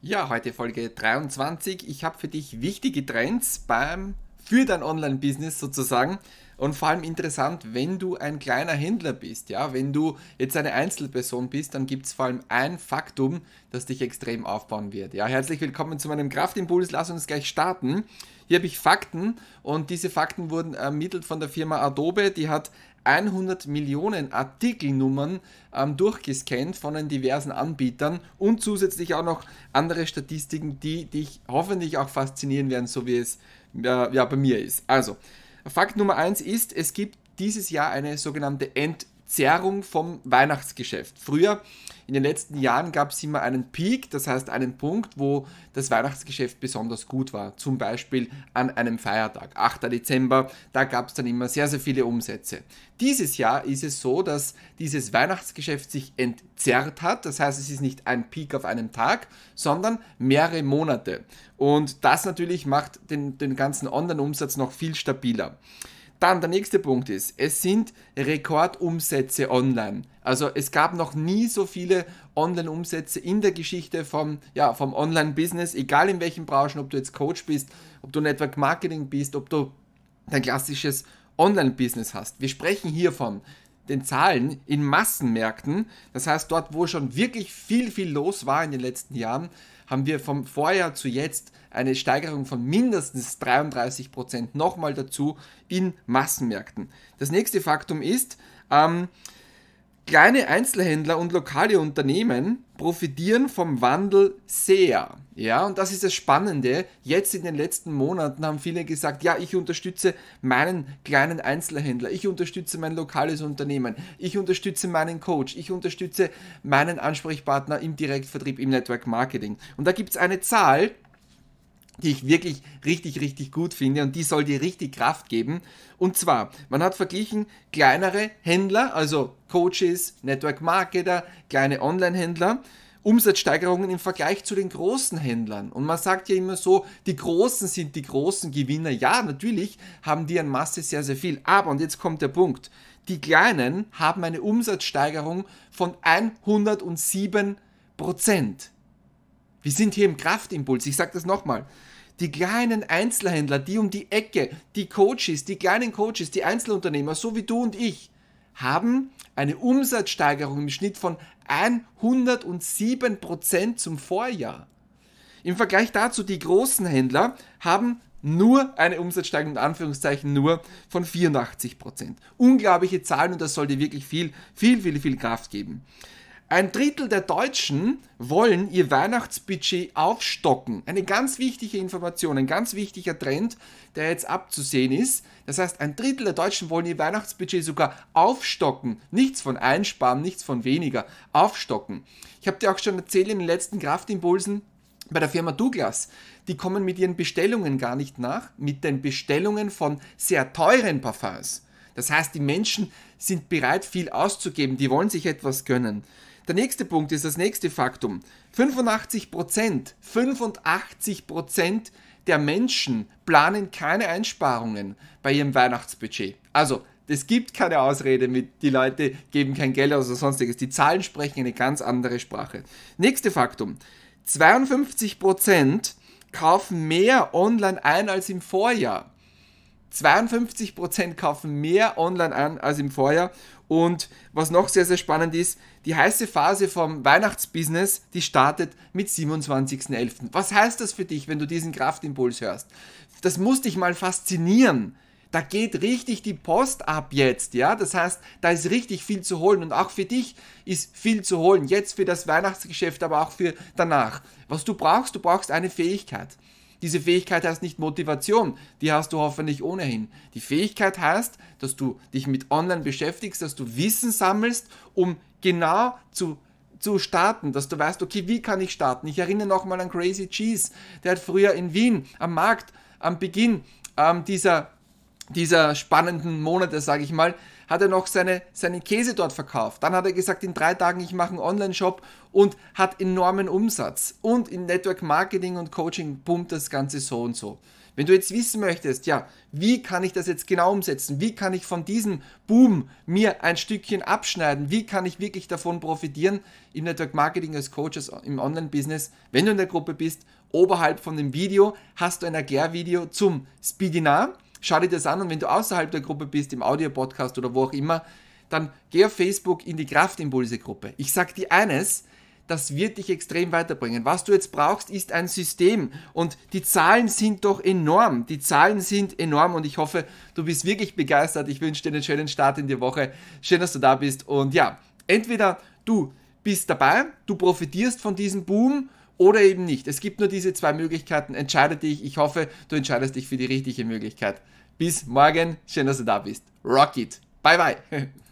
Ja, heute Folge 23. Ich habe für dich wichtige Trends für dein Online-Business sozusagen und vor allem interessant, wenn du ein kleiner Händler bist. Ja, wenn du jetzt eine Einzelperson bist, dann gibt es vor allem ein Faktum, das dich extrem aufbauen wird. Ja, herzlich willkommen zu meinem Kraftimpuls. Lass uns gleich starten. Hier habe ich Fakten und diese Fakten wurden ermittelt von der Firma Adobe. Die hat 100 Millionen Artikelnummern durchgescannt von den diversen Anbietern und zusätzlich auch noch andere Statistiken, die dich hoffentlich auch faszinieren werden, so wie es ja, bei mir ist. Also, Fakt Nummer eins ist, es gibt dieses Jahr eine sogenannte Entzerrung vom Weihnachtsgeschäft. Früher, in den letzten Jahren, gab es immer einen Peak, das heißt einen Punkt, wo das Weihnachtsgeschäft besonders gut war. Zum Beispiel an einem Feiertag, 8. Dezember, da gab es dann immer sehr, sehr viele Umsätze. Dieses Jahr ist es so, dass dieses Weihnachtsgeschäft sich entzerrt hat. Das heißt, es ist nicht ein Peak auf einem Tag, sondern mehrere Monate. Und das natürlich macht den ganzen Online-Umsatz noch viel stabiler. Dann der nächste Punkt ist, es sind Rekordumsätze online. Also es gab noch nie so viele Online-Umsätze in der Geschichte vom Online-Business, egal in welchen Branchen, ob du jetzt Coach bist, ob du Network Marketing bist, ob du dein klassisches Online-Business hast. Wir sprechen hier von den Zahlen in Massenmärkten, das heißt dort, wo schon wirklich viel los war in den letzten Jahren, haben wir vom Vorjahr zu jetzt eine Steigerung von mindestens 33% nochmal dazu in Massenmärkten. Das nächste Faktum ist, kleine Einzelhändler und lokale Unternehmen profitieren vom Wandel sehr. Ja, und das ist das Spannende. Jetzt in den letzten Monaten haben viele gesagt, ja, ich unterstütze meinen kleinen Einzelhändler, ich unterstütze mein lokales Unternehmen, ich unterstütze meinen Coach, ich unterstütze meinen Ansprechpartner im Direktvertrieb, im Network Marketing. Und da gibt es eine Zahl, die ich wirklich richtig gut finde und die soll dir richtig Kraft geben. Und zwar, man hat verglichen kleinere Händler, also Coaches, Network Marketer, kleine Online-Händler, Umsatzsteigerungen im Vergleich zu den großen Händlern. Und man sagt ja immer so, die Großen sind die großen Gewinner. Ja, natürlich haben die an Masse sehr viel. Aber, und jetzt kommt der Punkt, die Kleinen haben eine Umsatzsteigerung von 107%. Wir sind hier im Kraftimpuls, ich sage das nochmal. Die kleinen Einzelhändler, die um die Ecke, die Coaches, die kleinen Coaches, die Einzelunternehmer, so wie du und ich, haben eine Umsatzsteigerung im Schnitt von 107% zum Vorjahr. Im Vergleich dazu, die großen Händler haben nur eine Umsatzsteigerung, in Anführungszeichen nur, von 84%. Unglaubliche Zahlen und das soll dir wirklich viel Kraft geben. Ein Drittel der Deutschen wollen ihr Weihnachtsbudget aufstocken. Eine ganz wichtige Information, ein ganz wichtiger Trend, der jetzt abzusehen ist. Das heißt, ein Drittel der Deutschen wollen ihr Weihnachtsbudget sogar aufstocken. Nichts von einsparen, nichts von weniger. Aufstocken. Ich habe dir auch schon erzählt in den letzten Kraftimpulsen bei der Firma Douglas. Die kommen mit ihren Bestellungen gar nicht nach, mit den Bestellungen von sehr teuren Parfums. Das heißt, die Menschen sind bereit, viel auszugeben, die wollen sich etwas gönnen. Der nächste Punkt ist das nächste Faktum. 85% der Menschen planen keine Einsparungen bei ihrem Weihnachtsbudget. Also, es gibt keine Ausrede mit, die Leute geben kein Geld aus oder sonstiges. Die Zahlen sprechen eine ganz andere Sprache. Nächste Faktum. 52% kaufen mehr online ein als im Vorjahr. 52% kaufen mehr online an als im Vorjahr. Und was noch sehr spannend ist, die heiße Phase vom Weihnachtsbusiness, die startet mit 27.11. Was heißt das für dich, wenn du diesen Kraftimpuls hörst? Das muss dich mal faszinieren. Da geht richtig die Post ab jetzt, ja? Das heißt, da ist richtig viel zu holen und auch für dich ist viel zu holen. Jetzt für das Weihnachtsgeschäft, aber auch für danach. Was du brauchst eine Fähigkeit. Diese Fähigkeit heißt nicht Motivation, die hast du hoffentlich ohnehin. Die Fähigkeit heißt, dass du dich mit Online beschäftigst, dass du Wissen sammelst, um genau zu starten, dass du weißt, okay, wie kann ich starten? Ich erinnere nochmal an Crazy Cheese, der hat früher in Wien am Markt, am Beginn dieser spannenden Monate, sage ich mal, hat er noch seinen Käse dort verkauft. Dann hat er gesagt, in 3 Tagen, ich mache einen Online-Shop und hat enormen Umsatz. Und in Network Marketing und Coaching pumpt das Ganze so und so. Wenn du jetzt wissen möchtest, ja, wie kann ich das jetzt genau umsetzen? Wie kann ich von diesem Boom mir ein Stückchen abschneiden? Wie kann ich wirklich davon profitieren im Network Marketing als Coach, im Online-Business? Wenn du in der Gruppe bist, oberhalb von dem Video hast du ein Erklärvideo zum Speedinar. Schau dir das an und wenn du außerhalb der Gruppe bist, im Audio-Podcast oder wo auch immer, dann geh auf Facebook in die Kraftimpulse-Gruppe. Ich sag dir eines, das wird dich extrem weiterbringen. Was du jetzt brauchst, ist ein System und die Zahlen sind doch enorm. Die Zahlen sind enorm und ich hoffe, du bist wirklich begeistert. Ich wünsche dir einen schönen Start in die Woche. Schön, dass du da bist und ja, entweder du bist dabei, du profitierst von diesem Boom oder eben nicht. Es gibt nur diese 2 Möglichkeiten. Entscheide dich. Ich hoffe, du entscheidest dich für die richtige Möglichkeit. Bis morgen. Schön, dass du da bist. Rock it. Bye, bye.